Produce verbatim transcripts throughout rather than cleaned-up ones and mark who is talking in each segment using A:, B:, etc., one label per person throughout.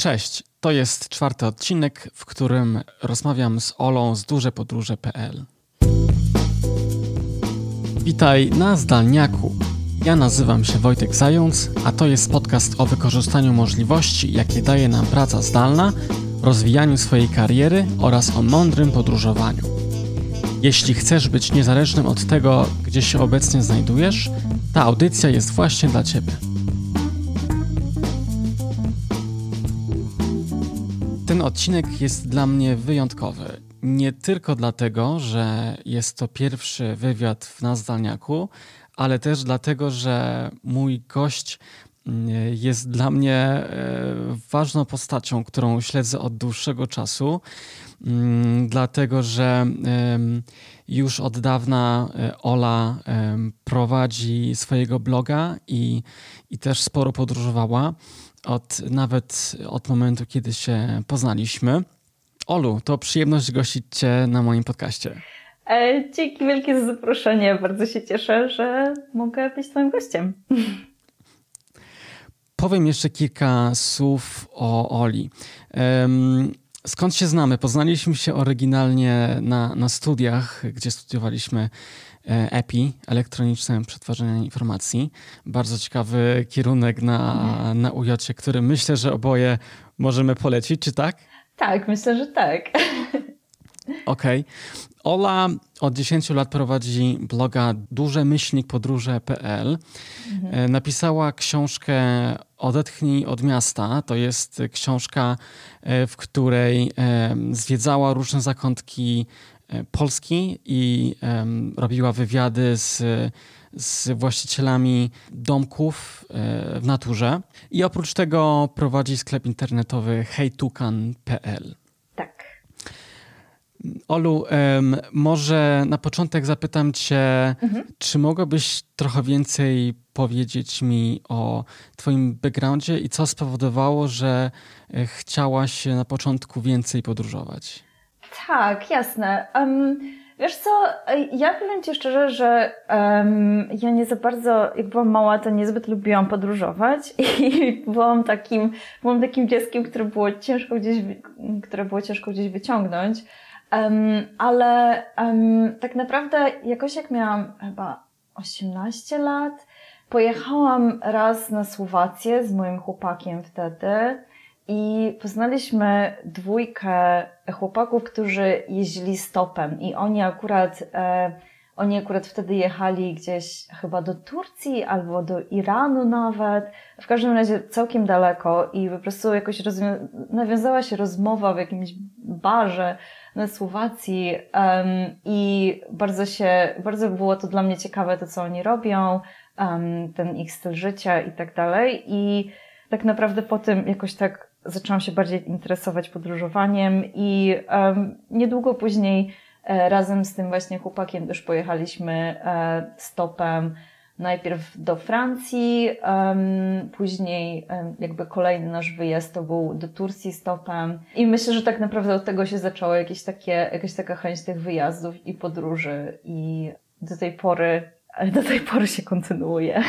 A: Cześć, to jest czwarty odcinek, w którym rozmawiam z Olą z duże podróże kropka pe el. Witaj na Zdalniaku. Ja nazywam się Wojtek Zając, a to jest podcast o wykorzystaniu możliwości, jakie daje nam praca zdalna, rozwijaniu swojej kariery oraz o mądrym podróżowaniu. Jeśli chcesz być niezależnym od tego, gdzie się obecnie znajdujesz, ta audycja jest właśnie dla Ciebie. Ten odcinek jest dla mnie wyjątkowy. Nie tylko dlatego, że jest to pierwszy wywiad w Na Zdalniaku, ale też dlatego, że mój gość jest dla mnie ważną postacią, którą śledzę od dłuższego czasu, dlatego że już od dawna Ola prowadzi swojego bloga i, i też sporo podróżowała, od, nawet od momentu, kiedy się poznaliśmy. Olu, to przyjemność gościć Cię na moim podcaście.
B: E, dzięki wielkie za zaproszenie. Bardzo się cieszę, że mogę być Twoim gościem.
A: Powiem jeszcze kilka słów o Oli. Um, skąd się znamy? Poznaliśmy się oryginalnie na, na studiach, gdzie studiowaliśmy E P I, elektroniczne przetwarzanie informacji. Bardzo ciekawy kierunek na, mhm. na U J-cie, który myślę, że oboje możemy polecić, czy tak?
B: Tak, myślę, że tak.
A: Okej. Okay. Ola od dziesięciu lat prowadzi bloga duże myślnik podróże kropka pe el. Mhm. Napisała książkę Odetchnij od miasta. To jest książka, w której zwiedzała różne zakątki Polski i um, robiła wywiady z, z właścicielami domków e, w naturze. I oprócz tego prowadzi sklep internetowy hejtukan kropka pe el.
B: Tak.
A: Olu, um, może na początek zapytam Cię, mhm. czy mogłabyś trochę więcej powiedzieć mi o Twoim backgroundzie i co spowodowało, że chciałaś na początku więcej podróżować?
B: Tak, jasne. Um, wiesz co, ja powiem Ci szczerze, że um, ja nie za bardzo, jak byłam mała, to niezbyt lubiłam podróżować i byłam takim, byłam takim dzieckiem, które było ciężko gdzieś, które było ciężko gdzieś wyciągnąć, um, ale um, tak naprawdę jakoś jak miałam chyba osiemnaście lat, pojechałam raz na Słowację z moim chłopakiem wtedy. I poznaliśmy dwójkę chłopaków, którzy jeździli stopem i oni akurat, e, oni akurat wtedy jechali gdzieś chyba do Turcji albo do Iranu nawet. W każdym razie całkiem daleko i po prostu jakoś rozwią- nawiązała się rozmowa w jakimś barze na Słowacji um, i bardzo się, bardzo było to dla mnie ciekawe to, co oni robią, um, ten ich styl życia i tak dalej. I tak naprawdę po tym jakoś tak zaczęłam się bardziej interesować podróżowaniem i um, niedługo później e, razem z tym właśnie chłopakiem też pojechaliśmy e, stopem najpierw do Francji, um, później um, jakby kolejny nasz wyjazd to był do Turcji stopem i myślę, że tak naprawdę od tego się zaczęło jakieś takie, jakaś taka chęć tych wyjazdów i podróży i do tej pory, do tej pory się kontynuuje.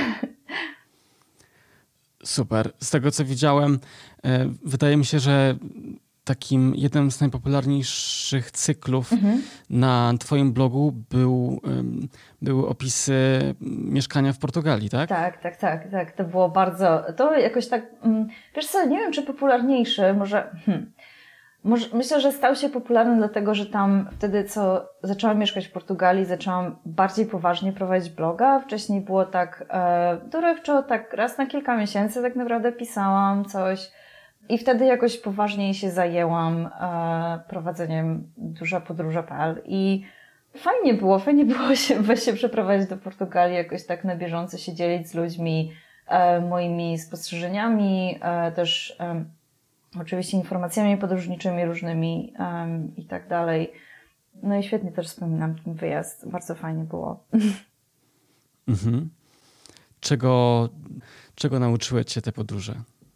A: Super. Z tego, co widziałem, wydaje mi się, że takim jednym z najpopularniejszych cyklów mhm. na Twoim blogu był, były opisy mieszkania w Portugalii, tak?
B: Tak, tak, tak, tak. To było bardzo, to jakoś tak, wiesz co, nie wiem, czy popularniejszy, może, hmm, może myślę, że stał się popularny dlatego, że tam wtedy, co zaczęłam mieszkać w Portugalii, zaczęłam bardziej poważnie prowadzić bloga. Wcześniej było tak e, dorywczo, tak raz na kilka miesięcy tak naprawdę pisałam coś i wtedy jakoś poważniej się zajęłam e, prowadzeniem duża podróże kropka pe el i fajnie było, fajnie było się, się przeprowadzić do Portugalii, jakoś tak na bieżąco się dzielić z ludźmi e, moimi spostrzeżeniami, e, też e, oczywiście informacjami podróżniczymi różnymi um, i tak dalej. No i świetnie też wspominam ten wyjazd. Bardzo fajnie było.
A: Mhm. Czego, czego nauczyły Cię te podróże?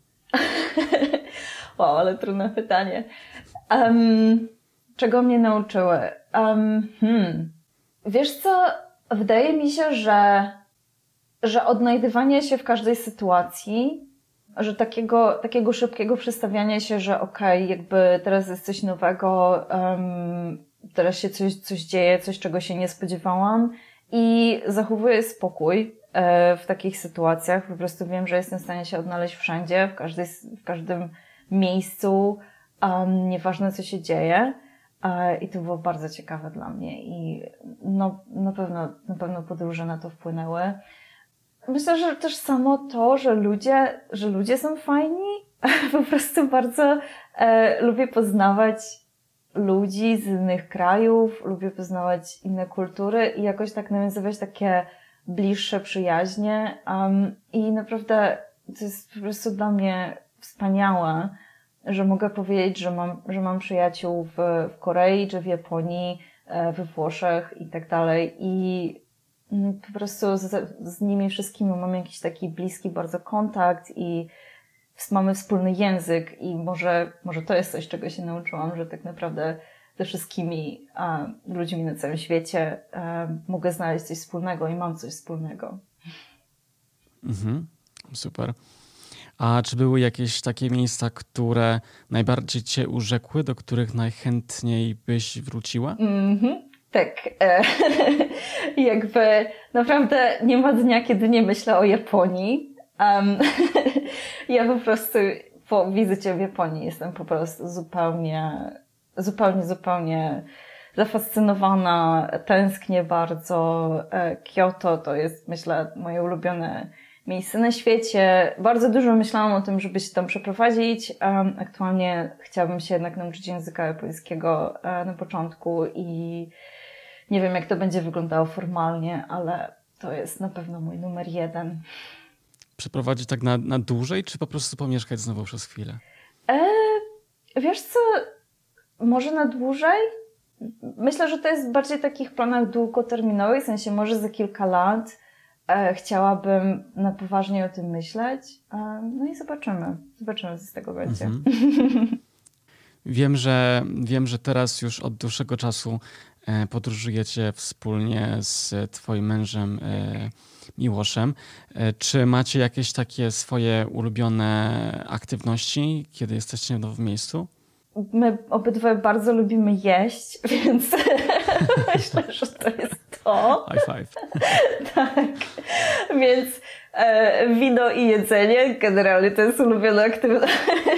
B: Wow, ale trudne pytanie. Um, czego mnie nauczyły? Um, hmm. Wiesz co? Wydaje mi się, że, że odnajdywanie się w każdej sytuacji że takiego, takiego szybkiego przestawiania się, że okej, okay, jakby teraz jest coś nowego, um, teraz się coś, coś dzieje, coś czego się nie spodziewałam i zachowuję spokój e, w takich sytuacjach. Po prostu wiem, że jestem w stanie się odnaleźć wszędzie, w, każdej, w każdym miejscu, um, nieważne co się dzieje. E, I to było bardzo ciekawe dla mnie i no, na pewno, na pewno podróże na to wpłynęły. Myślę, że też samo to, że ludzie, że ludzie są fajni. Po prostu bardzo e, lubię poznawać ludzi z innych krajów, lubię poznawać inne kultury i jakoś tak nawiązywać takie bliższe przyjaźnie. Um, I naprawdę to jest po prostu dla mnie wspaniałe, że mogę powiedzieć, że mam, że mam przyjaciół w, w Korei, czy w Japonii, e, we Włoszech i tak dalej. I po prostu z, z nimi wszystkimi mamy jakiś taki bliski bardzo kontakt i mamy wspólny język i może, może to jest coś, czego się nauczyłam, że tak naprawdę ze wszystkimi a, ludźmi na całym świecie a, mogę znaleźć coś wspólnego i mam coś wspólnego.
A: Mhm, super. A czy były jakieś takie miejsca, które najbardziej cię urzekły, do których najchętniej byś wróciła?
B: Mhm. Tak, e, jakby naprawdę nie ma dnia, kiedy nie myślę o Japonii. Um, ja po prostu po wizycie w Japonii jestem po prostu zupełnie, zupełnie, zupełnie zafascynowana, tęsknię bardzo. Kyoto to jest, myślę, moje ulubione miejsce na świecie. Bardzo dużo myślałam o tym, żeby się tam przeprowadzić. Um, aktualnie chciałabym się jednak nauczyć języka japońskiego uh, na początku i nie wiem, jak to będzie wyglądało formalnie, ale to jest na pewno mój numer jeden.
A: Przeprowadzić tak na, na dłużej, czy po prostu pomieszkać znowu przez chwilę?
B: E, wiesz co, może na dłużej? Myślę, że to jest bardziej w takich planach długoterminowych, w sensie może za kilka lat e, chciałabym na poważnie o tym myśleć. E, no i zobaczymy. Zobaczymy, co z tego będzie. Mhm.
A: Wiem, że, wiem, że teraz już od dłuższego czasu podróżujecie wspólnie z twoim mężem Miłoszem. Czy macie jakieś takie swoje ulubione aktywności, kiedy jesteście w nowym miejscu?
B: My obydwoje bardzo lubimy jeść, więc myślę, że to jest to.
A: High five.
B: Tak. Więc e, wino i jedzenie generalnie to jest ulubiona aktywność.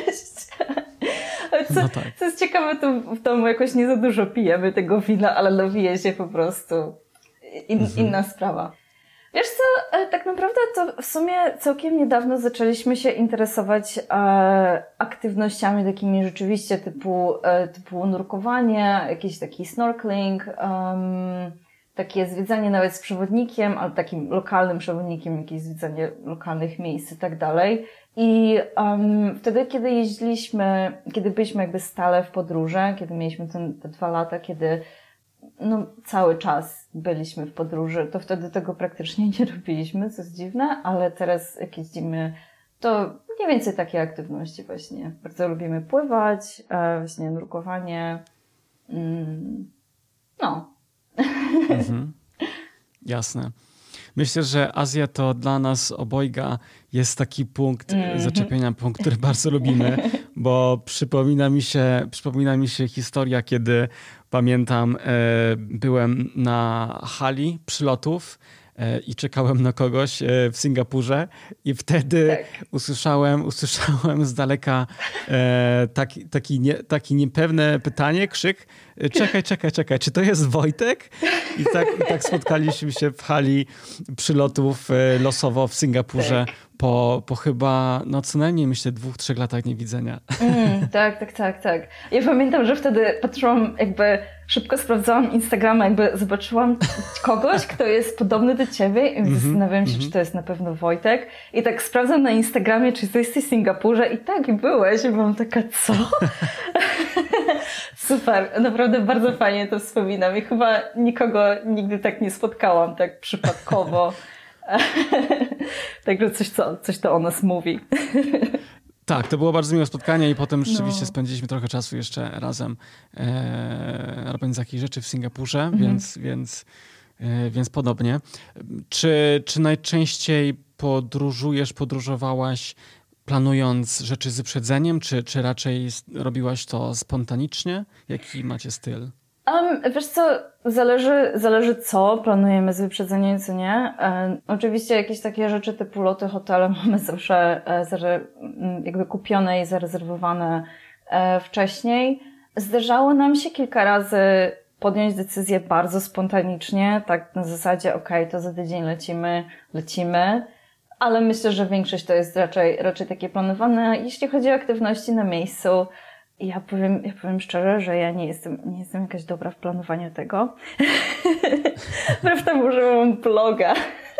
B: Co, no tak. co jest ciekawe, to w domu jakoś nie za dużo pijemy tego wina, ale napije się po prostu in, mhm. inna sprawa. Wiesz co, tak naprawdę to w sumie całkiem niedawno zaczęliśmy się interesować e, aktywnościami takimi rzeczywiście typu, e, typu nurkowanie, jakiś taki snorkeling, um, takie zwiedzanie nawet z przewodnikiem, ale takim lokalnym przewodnikiem, jakieś zwiedzanie lokalnych miejsc i tak dalej. I um, wtedy, kiedy jeździliśmy, kiedy byliśmy jakby stale w podróży, kiedy mieliśmy ten, te dwa lata, kiedy no, cały czas byliśmy w podróży, to wtedy tego praktycznie nie robiliśmy, co jest dziwne, ale teraz jak jeździmy, to mniej więcej takie aktywności właśnie. Bardzo lubimy pływać, e, właśnie nurkowanie. Mm, no.
A: Mhm. Jasne. Myślę, że Azja to dla nas obojga jest taki punkt mm-hmm. zaczepienia, punkt, który bardzo lubimy, bo przypomina mi się, przypomina mi się historia, kiedy pamiętam, e, byłem na hali przylotów e, i czekałem na kogoś e, w Singapurze i wtedy tak. usłyszałem, usłyszałem z daleka e, taki, taki, nie, taki niepewne pytanie, krzyk: czekaj, czekaj, czekaj, czy to jest Wojtek? I tak, i tak spotkaliśmy się w hali przylotów e, losowo w Singapurze tak. po, po chyba, no co najmniej myślę, dwóch, trzech latach niewidzenia.
B: Mm, tak, tak, tak, tak. Ja pamiętam, że wtedy patrzyłam, jakby szybko sprawdzałam Instagrama, jakby zobaczyłam kogoś, kto jest podobny do ciebie i mm-hmm, zastanawiałam się, mm-hmm. czy to jest na pewno Wojtek. I tak sprawdzam na Instagramie, czy ty jesteś w Singapurze i tak, i byłeś. I byłam taka, co? Super, naprawdę bardzo fajnie to wspominam i chyba nikogo nigdy tak nie spotkałam, tak przypadkowo. Także coś, co, coś to o nas mówi.
A: Tak, to było bardzo miłe spotkanie i potem rzeczywiście no. spędziliśmy trochę czasu jeszcze razem e, robiąc jakieś rzeczy w Singapurze, mhm. więc, więc, e, więc podobnie. Czy, czy najczęściej podróżujesz, podróżowałaś planując rzeczy z wyprzedzeniem, czy, czy raczej robiłaś to spontanicznie? Jaki macie styl?
B: Um, wiesz co, zależy, zależy co planujemy z wyprzedzeniem, co nie. E, oczywiście jakieś takie rzeczy typu loty, hotele mamy zawsze e, zare, jakby kupione i zarezerwowane e, wcześniej. Zdarzało nam się kilka razy podjąć decyzję bardzo spontanicznie, tak na zasadzie okej, okay, to za tydzień lecimy, lecimy. Ale myślę, że większość to jest raczej, raczej takie planowane. Jeśli chodzi o aktywności na miejscu, ja powiem, ja powiem szczerze, że ja nie jestem, nie jestem jakaś dobra w planowaniu tego. Wbrew temu, że mam bloga.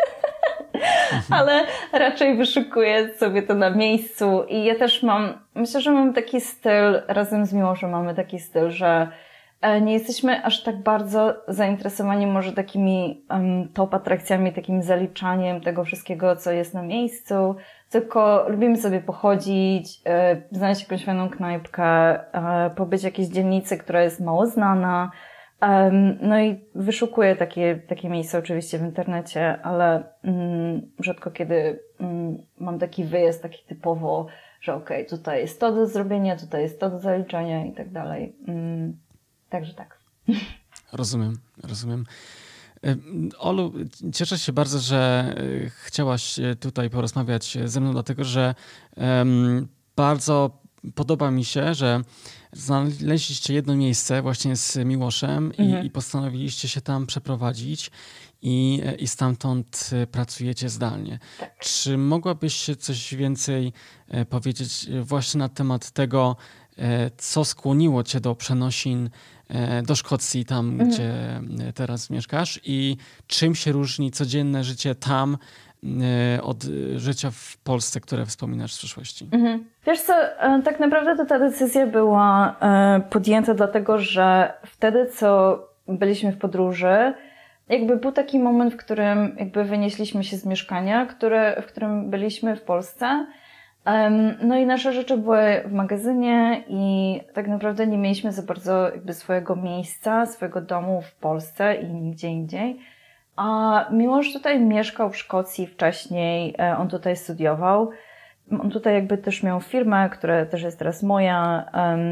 B: Ale raczej wyszukuję sobie to na miejscu i ja też mam, myślę, że mam taki styl, razem z Miłoszem mamy taki styl, że nie jesteśmy aż tak bardzo zainteresowani może takimi um, top atrakcjami, takim zaliczaniem tego wszystkiego, co jest na miejscu, tylko lubimy sobie pochodzić, e, znaleźć jakąś fajną knajpkę, e, pobyć w jakiejś dzielnicy, która jest mało znana. Um, no i wyszukuję takie, takie miejsca oczywiście w internecie, ale um, rzadko kiedy um, mam taki wyjazd taki typowo, że okej, okay, tutaj jest to do zrobienia, tutaj jest to do zaliczania i tak dalej. Um, Także tak.
A: Rozumiem, rozumiem. Olu, cieszę się bardzo, że chciałaś tutaj porozmawiać ze mną, dlatego że um, bardzo podoba mi się, że znaleźliście jedno miejsce właśnie z Miłoszem mhm. i, i postanowiliście się tam przeprowadzić i, i stamtąd pracujecie zdalnie.
B: Tak.
A: Czy mogłabyś się coś więcej powiedzieć właśnie na temat tego, co skłoniło cię do przenosin do Szkocji, tam mhm. gdzie teraz mieszkasz i czym się różni codzienne życie tam od życia w Polsce, które wspominasz z przeszłości?
B: Mhm. Wiesz co, tak naprawdę to ta decyzja była podjęta dlatego, że wtedy, co byliśmy w podróży, jakby był taki moment, w którym jakby wynieśliśmy się z mieszkania, które, w którym byliśmy w Polsce. No i nasze rzeczy były w magazynie i tak naprawdę nie mieliśmy za bardzo jakby swojego miejsca, swojego domu w Polsce i nigdzie indziej. A Miłosz tutaj mieszkał w Szkocji wcześniej, on tutaj studiował. On tutaj jakby też miał firmę, która też jest teraz moja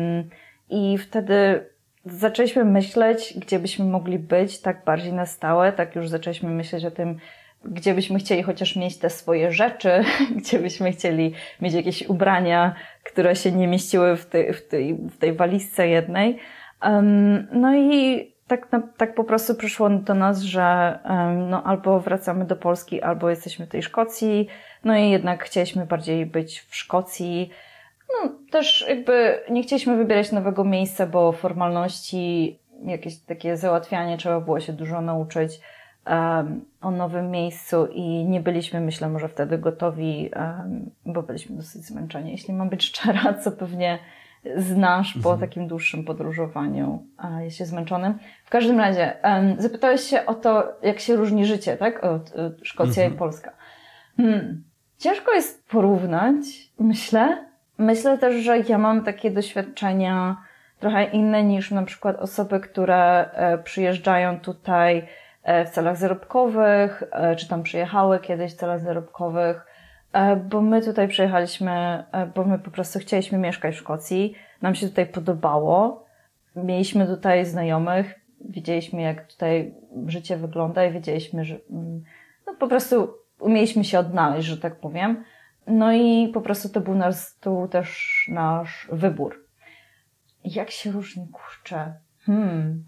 B: i wtedy zaczęliśmy myśleć, gdzie byśmy mogli być tak bardziej na stałe, tak już zaczęliśmy myśleć o tym, gdzie byśmy chcieli chociaż mieć te swoje rzeczy, gdzie byśmy chcieli mieć jakieś ubrania, które się nie mieściły w tej, w tej, w tej walizce jednej. Um, no i tak, no, tak po prostu przyszło do nas, że um, no, albo wracamy do Polski, albo jesteśmy w tej Szkocji. No i jednak chcieliśmy bardziej być w Szkocji. No, też jakby nie chcieliśmy wybierać nowego miejsca, bo formalności, jakieś takie załatwianie, trzeba było się dużo nauczyć Um, o nowym miejscu i nie byliśmy, myślę, może wtedy gotowi, um, bo byliśmy dosyć zmęczeni. Jeśli mam być szczera, co pewnie znasz po mhm. takim dłuższym podróżowaniu, a jest się zmęczonym. W każdym razie, um, zapytałeś się o to, jak się różni życie, tak? Od, od Szkocja mhm. i Polska. Hmm. Ciężko jest porównać, myślę. Myślę też, że ja mam takie doświadczenia trochę inne niż na przykład osoby, które e, przyjeżdżają tutaj w celach zarobkowych, czy tam przyjechały kiedyś w celach zarobkowych, bo my tutaj przyjechaliśmy, bo my po prostu chcieliśmy mieszkać w Szkocji, nam się tutaj podobało, mieliśmy tutaj znajomych, wiedzieliśmy jak tutaj życie wygląda i wiedzieliśmy, że no po prostu umieliśmy się odnaleźć, że tak powiem. No i po prostu to był, nasz, to był też nasz wybór. Jak się różni, kurczę? Hmm...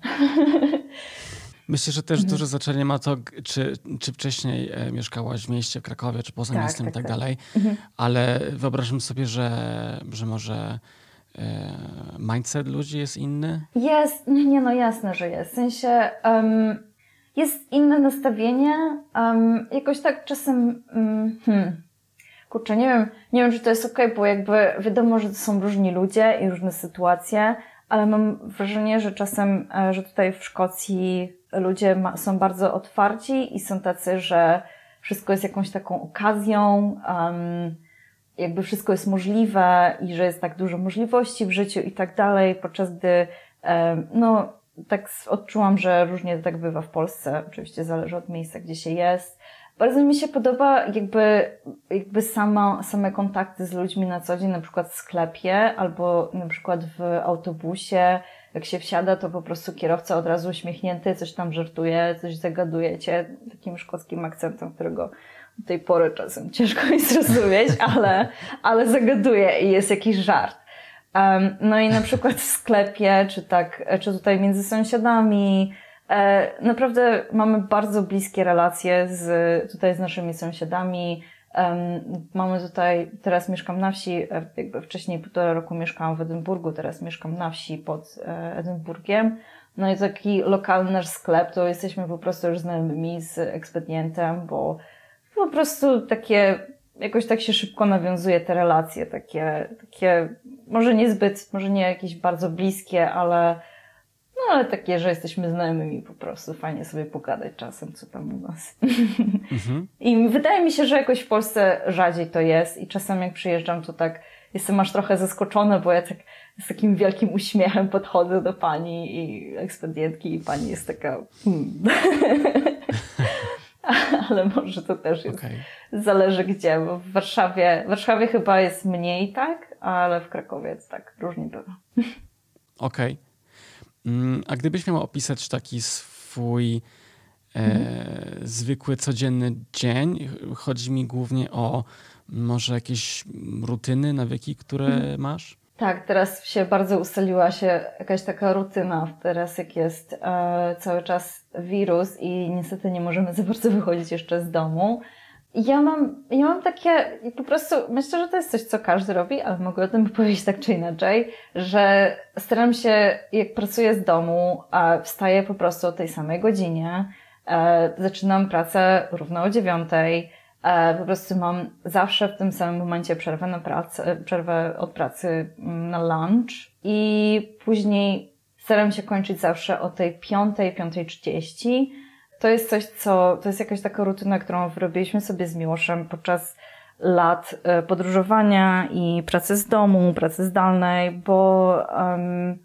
A: Myślę, że też mhm. duże znaczenie ma to, czy, czy wcześniej mieszkałaś w mieście, w Krakowie, czy poza tak, miastem tak, i tak, tak. dalej, mhm. ale wyobrażam sobie, że, że może e, mindset ludzi jest inny?
B: Jest, nie no jasne, że jest. W sensie um, jest inne nastawienie, um, jakoś tak czasem um, hmm, kurczę, nie wiem, nie wiem, czy to jest okej, okay, bo jakby wiadomo, że to są różni ludzie i różne sytuacje, ale mam wrażenie, że czasem, że tutaj w Szkocji ludzie ma, są bardzo otwarci i są tacy, że wszystko jest jakąś taką okazją, um, jakby wszystko jest możliwe i że jest tak dużo możliwości w życiu i tak dalej, podczas gdy, um, no, tak odczułam, że różnie tak bywa w Polsce. Oczywiście zależy od miejsca, gdzie się jest. Bardzo mi się podoba jakby, jakby sama, same kontakty z ludźmi na co dzień, na przykład w sklepie albo na przykład w autobusie. Jak się wsiada, to po prostu kierowca od razu uśmiechnięty, coś tam żartuje, coś zagadujecie takim szkockim akcentem, którego do tej pory czasem ciężko mi zrozumieć, ale, ale zagaduje i jest jakiś żart. Um, no i na przykład w sklepie, czy tak, czy tutaj między sąsiadami, e, naprawdę mamy bardzo bliskie relacje z, tutaj z naszymi sąsiadami. Um, mamy tutaj, teraz mieszkam na wsi, jakby wcześniej półtora roku mieszkałam w Edynburgu, teraz mieszkam na wsi pod e, Edynburgiem. No i taki lokalny nasz sklep, to jesteśmy po prostu już znajomymi z ekspedientem, bo po prostu takie, jakoś tak się szybko nawiązuje te relacje, takie, takie, może niezbyt, może nie jakieś bardzo bliskie, ale, no ale takie, że jesteśmy znajomymi po prostu, fajnie sobie pogadać czasem, co tam u nas. Mhm. I wydaje mi się, że jakoś w Polsce rzadziej to jest i czasem jak przyjeżdżam, to tak jestem aż trochę zaskoczona, bo ja tak z takim wielkim uśmiechem podchodzę do pani i ekspedientki i pani jest taka hmm. Ale może to też jest, okay. Zależy gdzie, bo w Warszawie, w Warszawie chyba jest mniej tak, ale w Krakowie jest tak, różnie bywa. Okej.
A: Okay. A gdybyś miała opisać taki swój e, mhm. zwykły, codzienny dzień, chodzi mi głównie o może jakieś rutyny, nawyki, które mhm. masz?
B: Tak, teraz się bardzo ustaliła się jakaś taka rutyna, teraz jak jest e, cały czas wirus i niestety nie możemy za bardzo wychodzić jeszcze z domu. Ja mam, ja mam takie, po prostu myślę, że to jest coś, co każdy robi, ale mogę o tym powiedzieć tak czy inaczej, że staram się, jak pracuję z domu, a wstaję po prostu o tej samej godzinie, e, zaczynam pracę równo o dziewiątej, po prostu mam zawsze w tym samym momencie przerwę na pracę, przerwę od pracy na lunch i później staram się kończyć zawsze o tej piątej, piątej trzydzieści. To jest coś, co, to jest jakaś taka rutyna, którą wyrobiliśmy sobie z Miłoszem podczas lat podróżowania i pracy z domu, pracy zdalnej, bo um,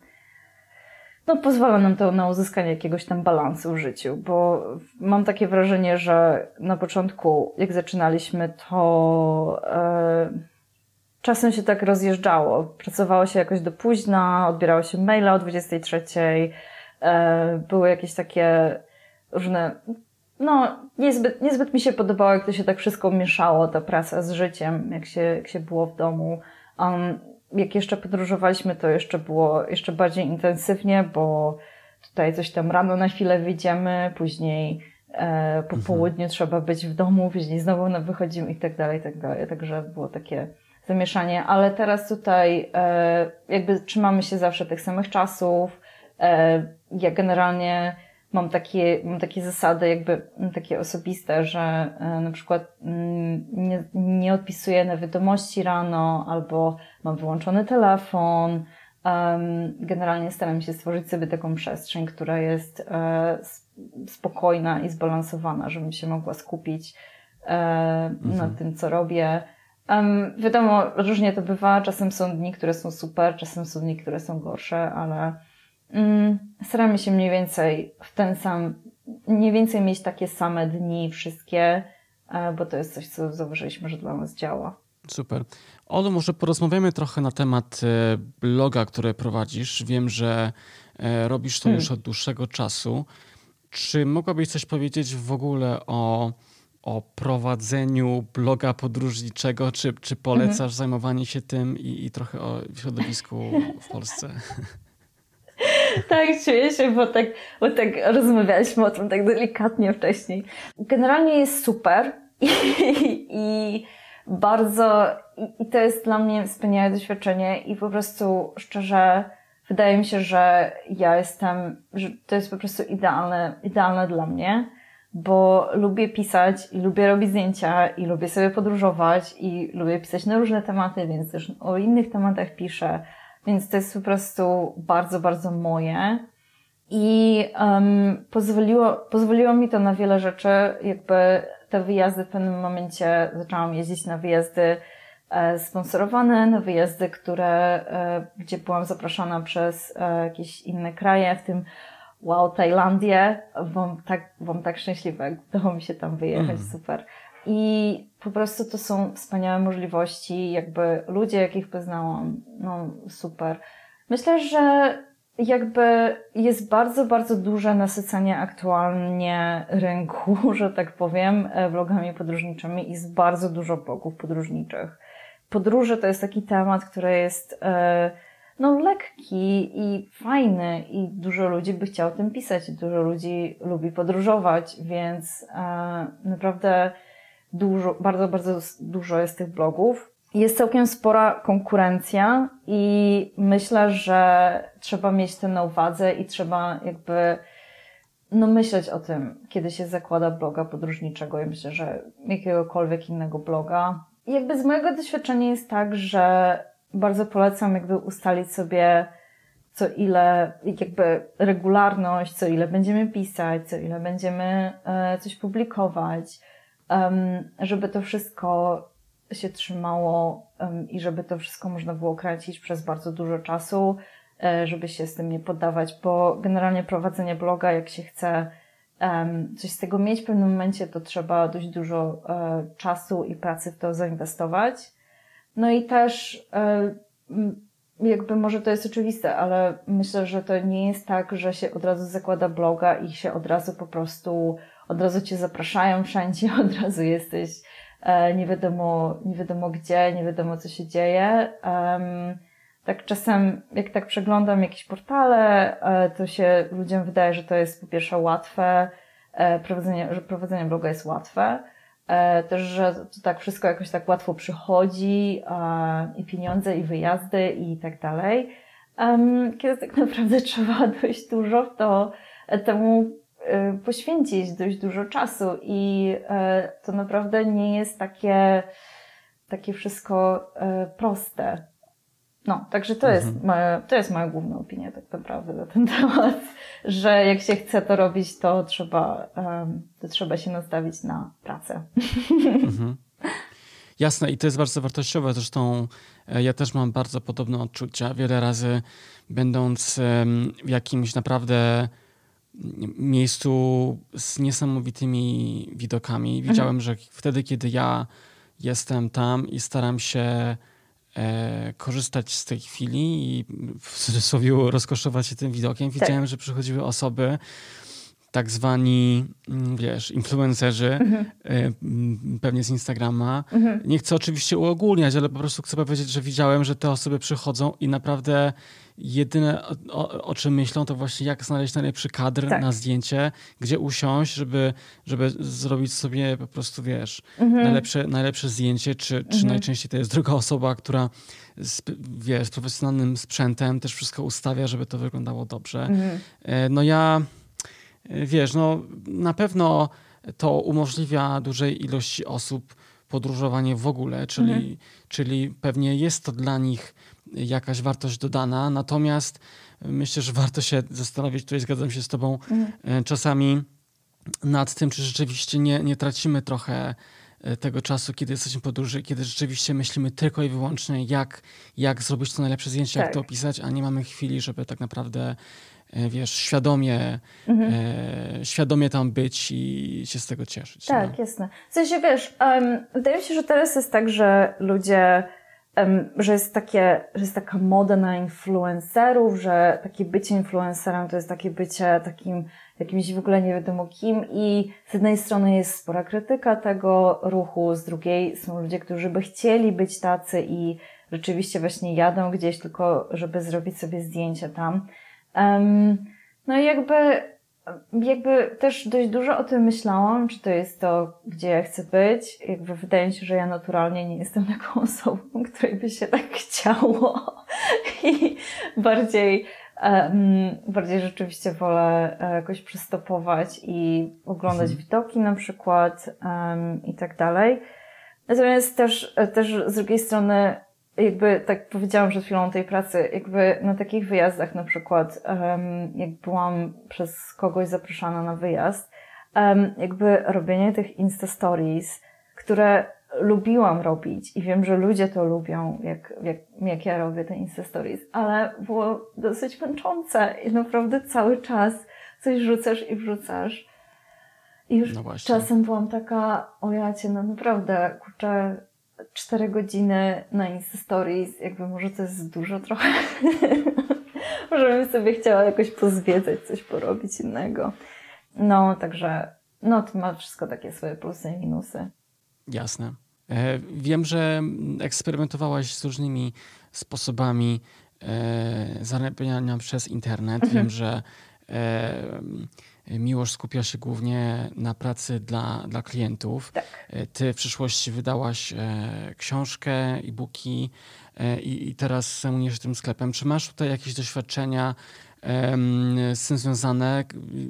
B: no pozwala nam to na uzyskanie jakiegoś tam balansu w życiu, bo mam takie wrażenie, że na początku, jak zaczynaliśmy, to e, czasem się tak rozjeżdżało. Pracowało się jakoś do późna, odbierało się maile o dwudziestej trzeciej, e, były jakieś takie różne, no niezbyt, niezbyt mi się podobało, jak to się tak wszystko mieszało, ta praca z życiem, jak się, jak się było w domu. Um, Jak jeszcze podróżowaliśmy, to jeszcze było jeszcze bardziej intensywnie, bo tutaj coś tam rano na chwilę wyjdziemy, później e, po mhm. południu trzeba być w domu, później znowu na wychodzimy i tak dalej, i tak dalej. Także było takie zamieszanie, ale teraz tutaj e, jakby trzymamy się zawsze tych samych czasów. E, ja generalnie mam takie, mam takie zasady jakby takie osobiste, że e, na przykład mm, nie, nie odpisuję na wiadomości rano albo mam wyłączony telefon. Um, generalnie staram się stworzyć sobie taką przestrzeń, która jest e, spokojna i zbalansowana, żebym się mogła skupić e, mhm. na tym, co robię. Um, wiadomo, różnie to bywa. Czasem są dni, które są super, czasem są dni, które są gorsze, ale um, staramy się mniej więcej w ten sam, mniej więcej mieć takie same dni wszystkie, e, bo to jest coś, co zauważyliśmy, że dla nas działa.
A: Super. Olu, może porozmawiamy trochę na temat bloga, który prowadzisz. Wiem, że robisz to hmm. już od dłuższego czasu. Czy mogłabyś coś powiedzieć w ogóle o, o prowadzeniu bloga podróżniczego? Czy, czy polecasz hmm. zajmowanie się tym i, i trochę o środowisku w Polsce?
B: Tak, czuję się, bo tak, bo tak rozmawialiśmy o tym tak delikatnie wcześniej. Generalnie jest super i, i bardzo, i to jest dla mnie wspaniałe doświadczenie i po prostu szczerze wydaje mi się, że ja jestem, że to jest po prostu idealne, idealne dla mnie, bo lubię pisać i lubię robić zdjęcia i lubię sobie podróżować i lubię pisać na różne tematy, więc też o innych tematach piszę, więc to jest po prostu bardzo, bardzo moje i um, pozwoliło, pozwoliło mi to na wiele rzeczy, jakby te wyjazdy w pewnym momencie zaczęłam jeździć na wyjazdy e, sponsorowane, na wyjazdy, które, e, gdzie byłam zapraszana przez e, jakieś inne kraje, w tym wow, Tajlandię, byłam tak, byłam tak szczęśliwa, jak udało mi się tam wyjechać, mm. super. I po prostu to są wspaniałe możliwości, jakby ludzie, jakich poznałam, no super. Myślę, że jakby jest bardzo, bardzo duże nasycenie aktualnie rynku, że tak powiem, blogami podróżniczymi i jest bardzo dużo blogów podróżniczych. Podróże to jest taki temat, który jest no lekki i fajny i dużo ludzi by chciało o tym pisać, dużo ludzi lubi podróżować, więc naprawdę dużo, bardzo, bardzo dużo jest tych blogów. Jest całkiem spora konkurencja i myślę, że trzeba mieć to na uwadze i trzeba jakby no myśleć o tym, kiedy się zakłada bloga podróżniczego. Ja myślę, że jakiegokolwiek innego bloga. I jakby z mojego doświadczenia jest tak, że bardzo polecam jakby ustalić sobie co ile, jakby regularność, co ile będziemy pisać, co ile będziemy coś publikować, żeby to wszystko się trzymało i żeby to wszystko można było kręcić przez bardzo dużo czasu, żeby się z tym nie poddawać, bo generalnie prowadzenie bloga, jak się chce coś z tego mieć w pewnym momencie, to trzeba dość dużo czasu i pracy w to zainwestować. No i też jakby może to jest oczywiste, ale myślę, że to nie jest tak, że się od razu zakłada bloga i się od razu po prostu, od razu cię zapraszają wszędzie, od razu jesteś nie wiadomo, nie wiadomo gdzie, nie wiadomo co się dzieje. Um, tak czasem, jak tak przeglądam jakieś portale, to się ludziom wydaje, że to jest po pierwsze łatwe, prowadzenie, że prowadzenie bloga jest łatwe, też, że to tak wszystko jakoś tak łatwo przychodzi i pieniądze, i wyjazdy, i tak dalej. Um, kiedy tak naprawdę trzeba dość dużo w to temu poświęcić dość dużo czasu i to naprawdę nie jest takie, takie wszystko proste. No, także to mhm. jest moja, to jest moja główna opinia tak naprawdę na ten temat, że jak się chce to robić, to trzeba, to trzeba się nastawić na pracę.
A: Mhm. Jasne i to jest bardzo wartościowe. Zresztą ja też mam bardzo podobne odczucia. Wiele razy będąc w jakimś naprawdę miejscu z niesamowitymi widokami. Widziałem, mhm. że wtedy, kiedy ja jestem tam i staram się e, korzystać z tej chwili i w cudzysłowie rozkoszować się tym widokiem, tak. widziałem, że przychodziły osoby, tak zwani, wiesz, influencerzy, mhm. e, pewnie z Instagrama. Mhm. Nie chcę oczywiście uogólniać, ale po prostu chcę powiedzieć, że widziałem, że te osoby przychodzą i naprawdę jedyne, o, o czym myślą, to właśnie jak znaleźć najlepszy kadr tak. na zdjęcie, gdzie usiąść, żeby, żeby zrobić sobie po prostu, wiesz, mhm. najlepsze, najlepsze zdjęcie, czy, mhm. czy najczęściej to jest druga osoba, która z, wiesz, z profesjonalnym sprzętem też wszystko ustawia, żeby to wyglądało dobrze. Mhm. No ja, wiesz, no na pewno to umożliwia dużej ilości osób podróżowanie w ogóle, czyli, mhm. czyli pewnie jest to dla nich jakaś wartość dodana, natomiast myślę, że warto się zastanowić, tutaj zgadzam się z tobą, mhm. czasami nad tym, czy rzeczywiście nie, nie tracimy trochę tego czasu, kiedy jesteśmy w podróży, kiedy rzeczywiście myślimy tylko i wyłącznie, jak, jak zrobić to najlepsze zdjęcie, tak. jak to opisać, a nie mamy chwili, żeby tak naprawdę wiesz, świadomie, mhm. e, świadomie tam być i się z tego cieszyć.
B: Tak,
A: no.
B: jasne. W sensie, wiesz, um, wydaje mi się, że teraz jest tak, że ludzie, um, że jest takie, że jest taka moda na influencerów, że takie bycie influencerem to jest takie bycie takim jakimś w ogóle nie wiadomo kim i z jednej strony jest spora krytyka tego ruchu, z drugiej są ludzie, którzy by chcieli być tacy i rzeczywiście właśnie jadą gdzieś tylko, żeby zrobić sobie zdjęcie tam. Um, no i jakby, jakby też dość dużo o tym myślałam, czy to jest to, gdzie ja chcę być. Jakby wydaje mi się, że ja naturalnie nie jestem taką osobą, której by się tak chciało i bardziej, um, bardziej rzeczywiście wolę jakoś przystopować i oglądać mhm. widoki na przykład um, i tak dalej. Natomiast też, też z drugiej strony jakby tak powiedziałam przed chwilą tej pracy, jakby na takich wyjazdach na przykład, um, jak byłam przez kogoś zaproszona na wyjazd, um, jakby robienie tych Insta Stories, które lubiłam robić i wiem, że ludzie to lubią, jak, jak, jak ja robię te Insta Stories, ale było dosyć męczące i naprawdę cały czas coś rzucasz i wrzucasz. I już
A: no
B: czasem byłam taka, o jacie, no naprawdę, kurczę, cztery godziny na Insta Stories, jakby może to jest dużo trochę. Może bym sobie chciała jakoś pozwiedzać, coś porobić innego. No, także, no to ma wszystko takie swoje plusy i minusy.
A: Jasne. Wiem, że eksperymentowałaś z różnymi sposobami zarabiania przez internet. Mhm. Wiem, że Miłosz skupia się głównie na pracy dla, dla klientów.
B: Tak.
A: Ty w przyszłości wydałaś książkę, e-booki i, i teraz zajmujesz się tym sklepem. Czy masz tutaj jakieś doświadczenia z tym związane?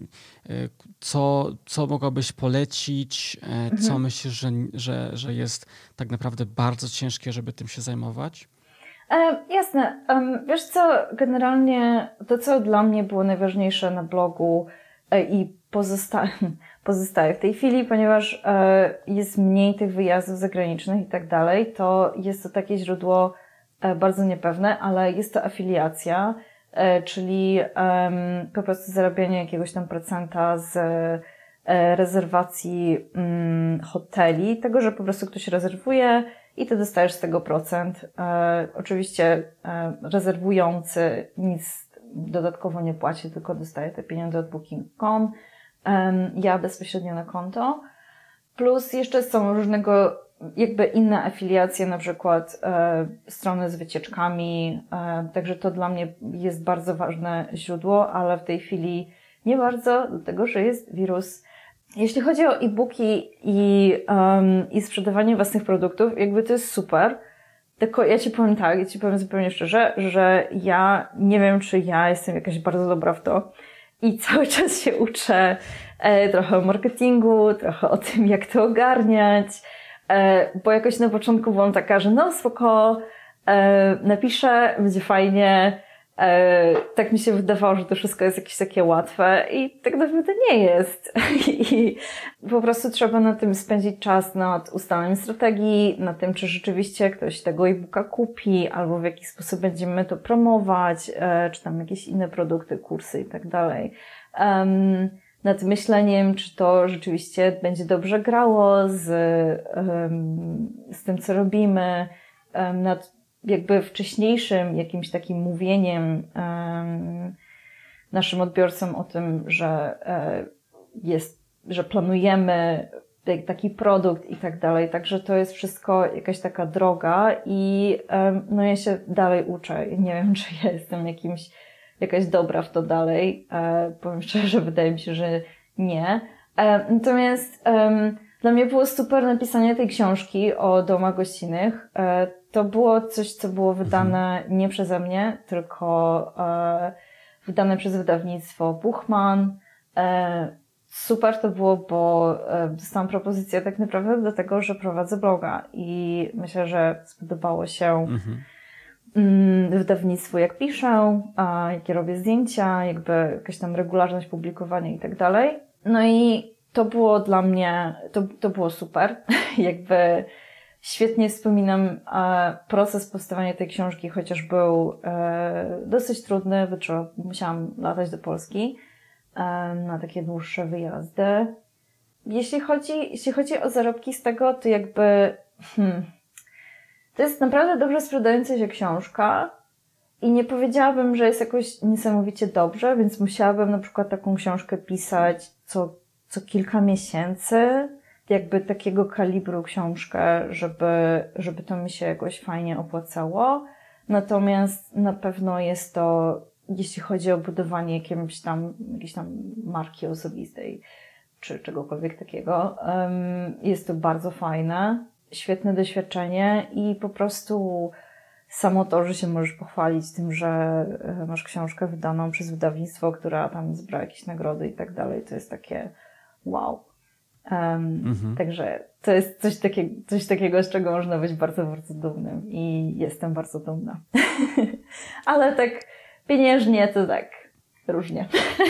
A: Co, co mogłabyś polecić? Co mhm. myślisz, że, że, że jest tak naprawdę bardzo ciężkie, żeby tym się zajmować?
B: E, jasne. Um, wiesz co, generalnie to, co dla mnie było najważniejsze na blogu e, i pozosta- pozostaje w tej chwili, ponieważ e, jest mniej tych wyjazdów zagranicznych i tak dalej, to jest to takie źródło e, bardzo niepewne, ale jest to afiliacja, e, czyli e, po prostu zarabianie jakiegoś tam procenta z e, rezerwacji mm, hoteli, tego, że po prostu ktoś rezerwuje i ty dostajesz z tego procent. E, oczywiście e, rezerwujący nic dodatkowo nie płaci, tylko dostaje te pieniądze od booking kropka com. E, ja bezpośrednio na konto. Plus jeszcze są różnego jakby inne afiliacje, na przykład e, strony z wycieczkami. E, także to dla mnie jest bardzo ważne źródło, ale w tej chwili nie bardzo, dlatego że jest wirus. Jeśli chodzi o e-booki i, um, i sprzedawanie własnych produktów, jakby to jest super, tylko ja Ci powiem tak, ja Ci powiem zupełnie szczerze, że ja nie wiem, czy ja jestem jakaś bardzo dobra w to i cały czas się uczę e, trochę o marketingu, trochę o tym, jak to ogarniać, e, bo jakoś na początku byłam taka, że no spoko, e, napiszę, będzie fajnie. Tak mi się wydawało, że to wszystko jest jakieś takie łatwe i tak naprawdę nie jest. I po prostu trzeba na tym spędzić czas nad ustaleniem strategii, nad tym, czy rzeczywiście ktoś tego e-booka kupi, albo w jaki sposób będziemy to promować, czy tam jakieś inne produkty, kursy i tak dalej. Nad myśleniem, czy to rzeczywiście będzie dobrze grało z, z tym, co robimy, nad jakby wcześniejszym jakimś takim mówieniem um, naszym odbiorcom o tym, że e, jest, że planujemy taki produkt i tak dalej. Także to jest wszystko jakaś taka droga i um, no ja się dalej uczę. Nie wiem, czy ja jestem jakimś, jakaś dobra w to dalej. E, powiem szczerze, wydaje mi się, że nie. E, natomiast um, dla mnie było super napisanie tej książki o domach gościnnych. E, To było coś, co było wydane nie przeze mnie, tylko e, wydane przez wydawnictwo Buchman. E, super to było, bo e, dostałam propozycję tak naprawdę do tego, że prowadzę bloga i myślę, że spodobało się mhm. mm, wydawnictwu, jak piszę, a, jakie robię zdjęcia, jakby jakaś tam regularność publikowania i tak dalej. No i to było dla mnie, to, to było super, jakby świetnie wspominam e, proces powstawania tej książki, chociaż był e, dosyć trudny, bo trzeba, musiałam latać do Polski e, na takie dłuższe wyjazdy. Jeśli chodzi, jeśli chodzi o zarobki z tego, to jakby hmm, to jest naprawdę dobrze sprzedająca się książka i nie powiedziałabym, że jest jakoś niesamowicie dobrze, więc musiałabym na przykład taką książkę pisać co, co kilka miesięcy, jakby takiego kalibru książkę, żeby, żeby to mi się jakoś fajnie opłacało. Natomiast na pewno jest to, jeśli chodzi o budowanie jakimś tam, jakiejś tam marki osobistej, czy czegokolwiek takiego, jest to bardzo fajne, świetne doświadczenie i po prostu samo to, że się możesz pochwalić tym, że masz książkę wydaną przez wydawnictwo, która tam zbra jakieś nagrody i tak dalej, to jest takie wow. Um, mhm. Także to jest coś takiego, coś takiego, z czego można być bardzo, bardzo dumnym i jestem bardzo dumna. Ale tak pieniężnie to tak różnie.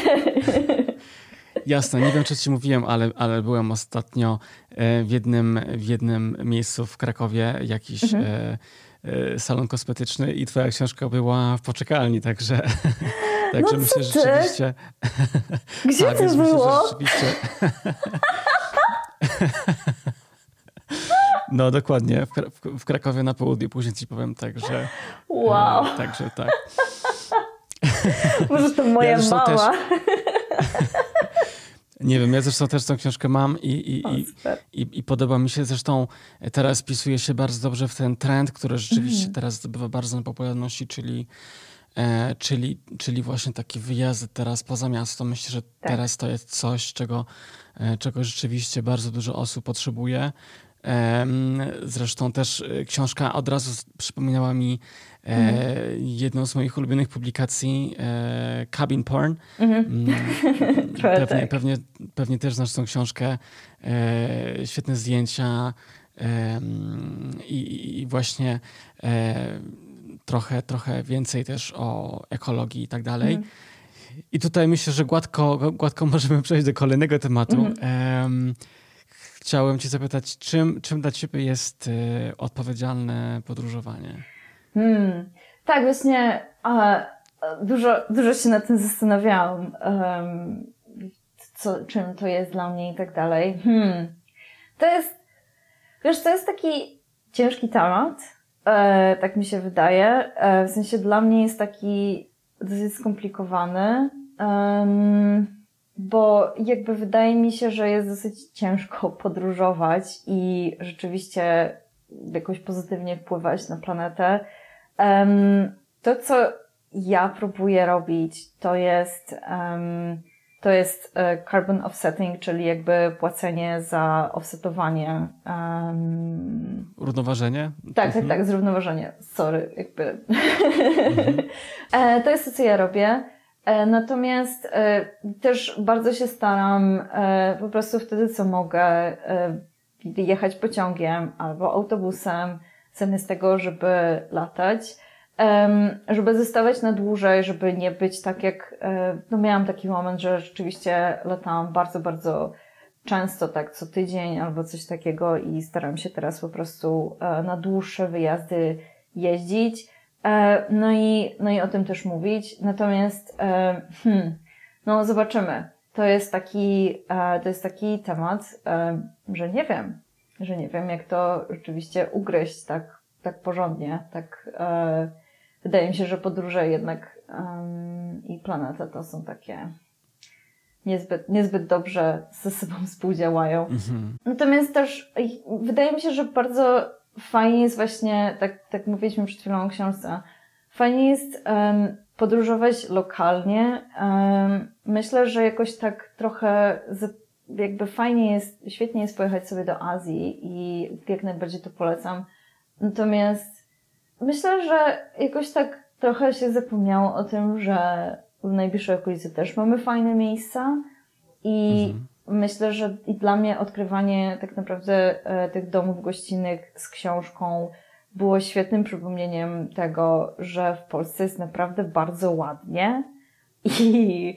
A: Jasne, nie wiem, czy ci mówiłem, ale, ale byłem ostatnio w jednym, w jednym miejscu w Krakowie, jakiś mhm. salon kosmetyczny i twoja książka była w poczekalni, także Także
B: no
A: myślę, że
B: ty?
A: rzeczywiście...
B: Gdzie
A: tak,
B: to
A: więc
B: było?
A: Myślę, że rzeczywiście... No dokładnie, w, w, w Krakowie na południu, później ci powiem, także...
B: Wow.
A: E, także tak.
B: Może to moja
A: ja
B: mama.
A: Też, nie wiem, ja zresztą też tą książkę mam i, i,
B: o,
A: i, i, i podoba mi się. Zresztą teraz wpisuje się bardzo dobrze w ten trend, który rzeczywiście mm. teraz zdobywa bardzo na popularności, czyli, e, czyli, czyli właśnie takie wyjazdy teraz poza miasto. Myślę, że tak. teraz to jest coś, czego, e, czego rzeczywiście bardzo dużo osób potrzebuje. Zresztą też książka od razu przypominała mi mm. jedną z moich ulubionych publikacji, Cabin Porn. Mm. pewnie, tak. pewnie, pewnie też znasz tą książkę. Świetne zdjęcia i, i właśnie trochę, trochę więcej też o ekologii i tak dalej. Mm. I tutaj myślę, że gładko, gładko możemy przejść do kolejnego tematu. Mm. Chciałem cię zapytać, czym, czym dla ciebie jest y, odpowiedzialne podróżowanie?
B: Hmm. Tak, właśnie a, dużo, dużo się nad tym zastanawiałam, um, co, czym to jest dla mnie i tak dalej. Hmm. To jest, wiesz, to jest taki ciężki temat, e, tak mi się wydaje. E, w sensie dla mnie jest taki dosyć skomplikowany. Um, Bo jakby wydaje mi się, że jest dosyć ciężko podróżować i rzeczywiście jakoś pozytywnie wpływać na planetę. Um, to, co ja próbuję robić, to jest, um, to jest carbon offsetting, czyli jakby płacenie za offsetowanie. Um,
A: Równoważenie?
B: Tak,
A: mhm.
B: tak, tak, zrównoważenie. Sorry, jakby. Mhm. To jest to, co ja robię. Natomiast e, też bardzo się staram e, po prostu wtedy, co mogę, e, jechać pociągiem albo autobusem, zamiast tego, żeby latać, e, żeby zostawać na dłużej, żeby nie być tak jak, e, no miałam taki moment, że rzeczywiście latałam bardzo, bardzo często, tak co tydzień albo coś takiego i staram się teraz po prostu e, na dłuższe wyjazdy jeździć. No i, no i o tym też mówić. Natomiast, hmm, no zobaczymy. To jest taki, to jest taki temat, że nie wiem, że nie wiem, jak to rzeczywiście ugryźć tak, tak porządnie. Tak, wydaje mi się, że podróże jednak i planeta to są takie niezbyt, niezbyt dobrze ze sobą współdziałają. Mhm. Natomiast też wydaje mi się, że bardzo fajnie jest właśnie, tak, tak mówiliśmy przed chwilą o książce, fajnie jest um, podróżować lokalnie. Um, myślę, że jakoś tak trochę z, jakby fajnie jest, świetnie jest pojechać sobie do Azji i jak najbardziej to polecam. Natomiast myślę, że jakoś tak trochę się zapomniało o tym, że w najbliższej okolicy też mamy fajne miejsca i mhm. myślę, że i dla mnie odkrywanie tak naprawdę e, tych domów gościnnych z książką było świetnym przypomnieniem tego, że w Polsce jest naprawdę bardzo ładnie i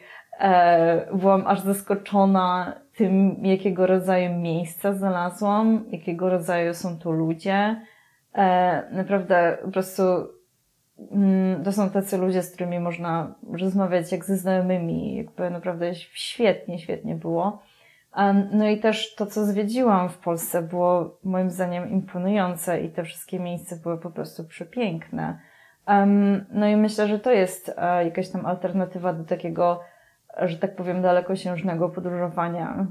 B: e, byłam aż zaskoczona tym, jakiego rodzaju miejsca znalazłam, jakiego rodzaju są tu ludzie. E, naprawdę po prostu mm, to są tacy ludzie, z którymi można rozmawiać jak ze znajomymi. Jakby naprawdę świetnie, świetnie było. No i też to, co zwiedziłam w Polsce, było moim zdaniem imponujące i te wszystkie miejsca były po prostu przepiękne. No i myślę, że to jest jakaś tam alternatywa do takiego, że tak powiem, dalekosiężnego podróżowania,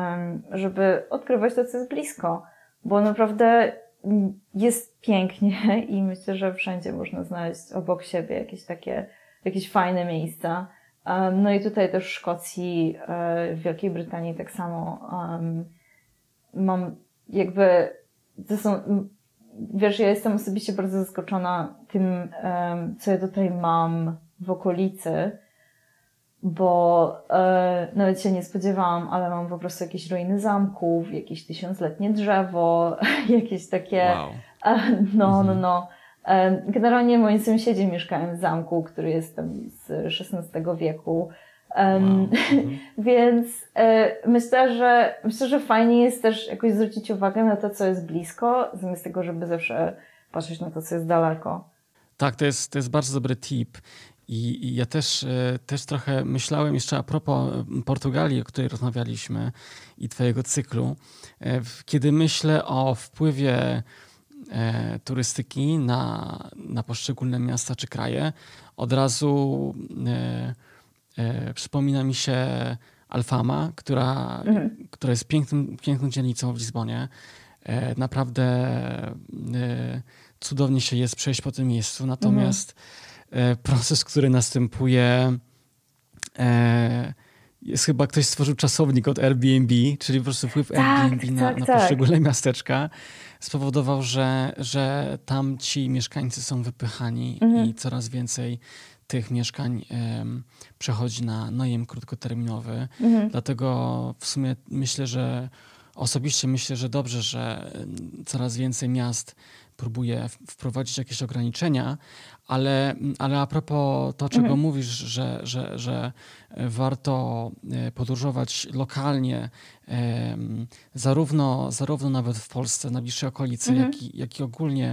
B: żeby odkrywać to, co jest blisko, bo naprawdę jest pięknie i myślę, że wszędzie można znaleźć obok siebie jakieś takie, jakieś fajne miejsca. No i tutaj też w Szkocji, w Wielkiej Brytanii tak samo um, mam jakby, to są, wiesz, ja jestem osobiście bardzo zaskoczona tym, um, co ja tutaj mam w okolicy, bo e, nawet się nie spodziewałam, ale mam po prostu jakieś ruiny zamków, jakieś tysiącletnie drzewo, jakieś takie,
A: wow.
B: e, no, no, no. Generalnie moi sąsiedzi mieszkają w zamku, który jest tam z szesnastego wieku. Um, wow. Więc e, myślę, że myślę, że fajnie jest też jakoś zwrócić uwagę na to, co jest blisko, zamiast tego, żeby zawsze patrzeć na to, co jest daleko.
A: Tak, to jest, to jest bardzo dobry tip. I, i ja też, też trochę myślałem jeszcze a propos Portugalii, o której rozmawialiśmy i twojego cyklu. Kiedy myślę o wpływie e, turystyki na, na poszczególne miasta czy kraje, od razu e, e, przypomina mi się Alfama, która, mhm. która jest pięknym, piękną dzielnicą w Lizbonie. E, naprawdę e, cudownie się jest przejść po tym miejscu, natomiast mhm. e, proces, który następuje, e, jest chyba ktoś stworzył czasownik od Airbnb, czyli po prostu wpływ tak, Airbnb tak, na, na tak. poszczególne miasteczka spowodował, że, że tam ci mieszkańcy są wypychani mhm. i coraz więcej tych mieszkań um, przechodzi na najem krótkoterminowy. Mhm. Dlatego w sumie myślę, że osobiście myślę, że dobrze, że coraz więcej miast próbuje wprowadzić jakieś ograniczenia, ale, ale a propos to, czego mhm. mówisz, że, że, że warto podróżować lokalnie, um, zarówno, zarówno nawet w Polsce, na bliższej okolicy, mhm. jak, i, jak i ogólnie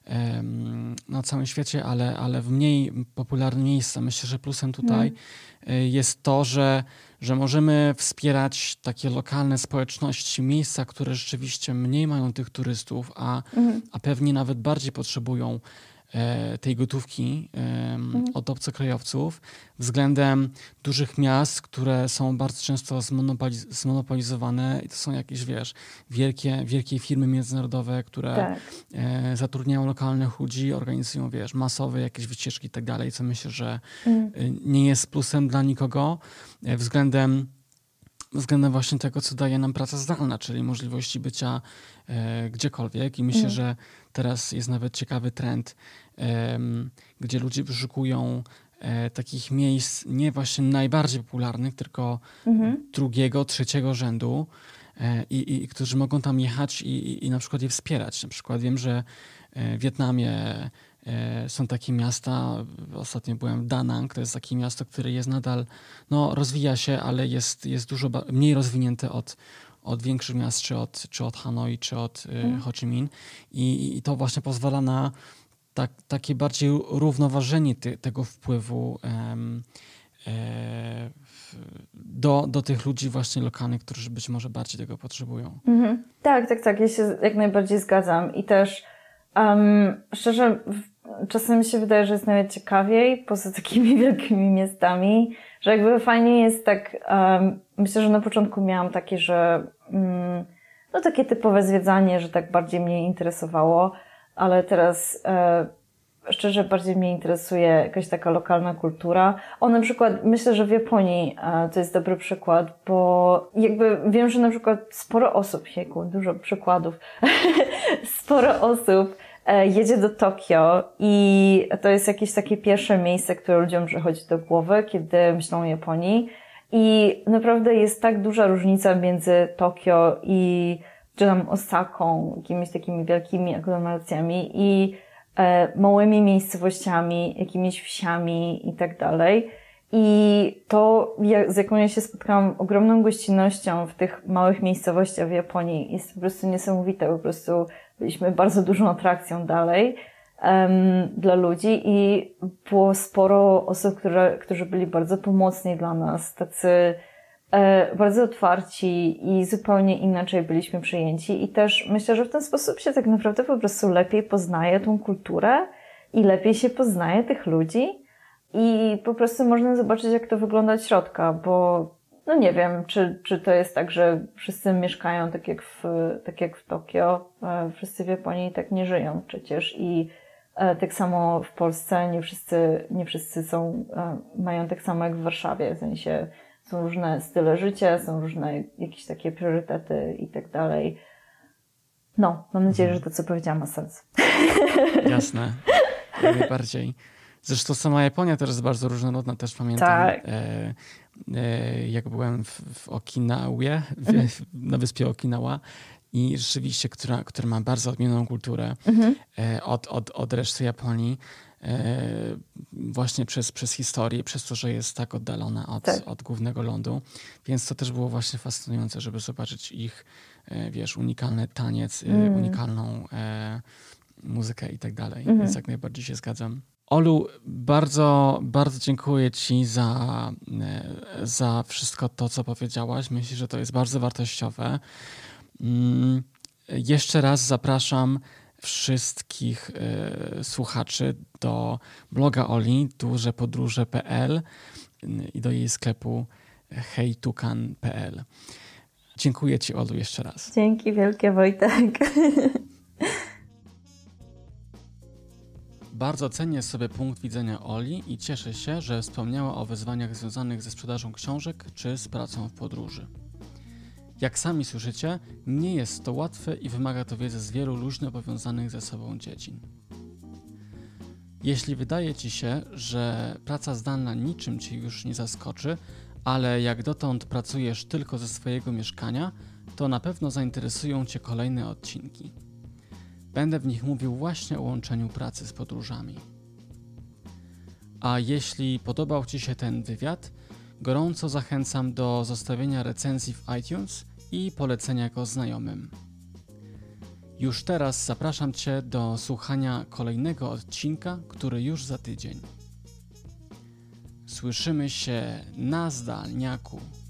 A: um, na całym świecie, ale, ale w mniej popularne miejsca. Myślę, że plusem tutaj mhm. jest to, że że możemy wspierać takie lokalne społeczności, miejsca, które rzeczywiście mniej mają tych turystów, a, mhm. a pewnie nawet bardziej potrzebują e, tej gotówki e, mhm. od obcokrajowców, względem dużych miast, które są bardzo często zmonopoliz- zmonopolizowane i to są jakieś, wiesz, wielkie, wielkie firmy międzynarodowe, które tak. e, zatrudniają lokalnych ludzi, organizują, wiesz, masowe jakieś wycieczki i tak dalej, co myślę, że mhm. nie jest plusem dla nikogo e, względem względem właśnie tego, co daje nam praca zdalna, czyli możliwości bycia e, gdziekolwiek i myślę, mhm. że teraz jest nawet ciekawy trend, e, gdzie ludzie wyszukują e, takich miejsc nie właśnie najbardziej popularnych, tylko mhm. drugiego, trzeciego rzędu e, i, i którzy mogą tam jechać i, i, i na przykład je wspierać. Na przykład wiem, że w Wietnamie są takie miasta, ostatnio byłem w Da Nang, to jest takie miasto, które jest nadal, no rozwija się, ale jest, jest dużo ba- mniej rozwinięte od, od większych miast, czy od, czy od Hanoi, czy od y, Ho Chi Minh I, i to właśnie pozwala na tak, takie bardziej równoważenie ty, tego wpływu um, e, do, do tych ludzi właśnie lokalnych, którzy być może bardziej tego potrzebują. Mhm.
B: Tak, tak, tak, ja się jak najbardziej zgadzam i też um, szczerze czasem mi się wydaje, że jest nawet ciekawiej poza takimi wielkimi miastami, że jakby fajnie jest tak, um, myślę, że na początku miałam takie, że um, no takie typowe zwiedzanie, że tak bardziej mnie interesowało, ale teraz e, szczerze bardziej mnie interesuje jakaś taka lokalna kultura. O, na przykład myślę, że w Japonii e, to jest dobry przykład, bo jakby wiem, że na przykład sporo osób, jejku, dużo przykładów, sporo osób jedzie do Tokio i to jest jakieś takie pierwsze miejsce, które ludziom przychodzi do głowy, kiedy myślą o Japonii. I naprawdę jest tak duża różnica między Tokio i czy tam Osaką, jakimiś takimi wielkimi aglomeracjami i e, małymi miejscowościami, jakimiś wsiami i tak dalej. I to, z jaką ja się spotkałam ogromną gościnnością w tych małych miejscowościach w Japonii, jest po prostu niesamowite. Po prostu byliśmy bardzo dużą atrakcją dalej um, dla ludzi i było sporo osób, które, którzy byli bardzo pomocni dla nas, tacy e, bardzo otwarci i zupełnie inaczej byliśmy przyjęci. I też myślę, że w ten sposób się tak naprawdę po prostu lepiej poznaje tą kulturę i lepiej się poznaje tych ludzi. I po prostu można zobaczyć, jak to wygląda od środka, bo no nie wiem, czy, czy to jest tak, że wszyscy mieszkają tak jak w, tak jak w Tokio, wszyscy w Japonii tak nie żyją przecież i tak samo w Polsce nie wszyscy, nie wszyscy są, mają tak samo jak w Warszawie, w sensie są różne style życia, są różne jakieś takie priorytety i tak dalej. No, mam nadzieję, że to, co powiedziałam, ma sens.
A: Jasne, jak najbardziej. Zresztą sama Japonia też jest bardzo różnorodna, też pamiętam, tak. e, e, jak byłem w, w Okinawie, w, na wyspie Okinawa i rzeczywiście, która, która ma bardzo odmienną kulturę mhm. e, od, od, od reszty Japonii, e, właśnie przez, przez historię, przez to, że jest tak oddalona od, tak. od głównego lądu, więc to też było właśnie fascynujące, żeby zobaczyć ich, e, wiesz, unikalny taniec, mm. e, unikalną e, muzykę i tak dalej, mhm. więc jak najbardziej się zgadzam. Olu, bardzo, bardzo dziękuję Ci za, za wszystko to, co powiedziałaś. Myślę, że to jest bardzo wartościowe. Jeszcze raz zapraszam wszystkich słuchaczy do bloga Oli, dużepodróże kropka p l i do jej sklepu hejtukan kropka p l. Dziękuję Ci, Olu, jeszcze raz.
B: Dzięki wielkie, Wojtek.
A: Bardzo cenię sobie punkt widzenia Oli i cieszę się, że wspomniała o wyzwaniach związanych ze sprzedażą książek czy z pracą w podróży. Jak sami słyszycie, nie jest to łatwe i wymaga to wiedzy z wielu luźno powiązanych ze sobą dziedzin. Jeśli wydaje Ci się, że praca zdalna niczym Cię już nie zaskoczy, ale jak dotąd pracujesz tylko ze swojego mieszkania, to na pewno zainteresują Cię kolejne odcinki. Będę w nich mówił właśnie o łączeniu pracy z podróżami. A jeśli podobał Ci się ten wywiad, gorąco zachęcam do zostawienia recenzji w iTunes i polecenia go znajomym. Już teraz zapraszam Cię do słuchania kolejnego odcinka, który już za tydzień. Słyszymy się na zdalniaku.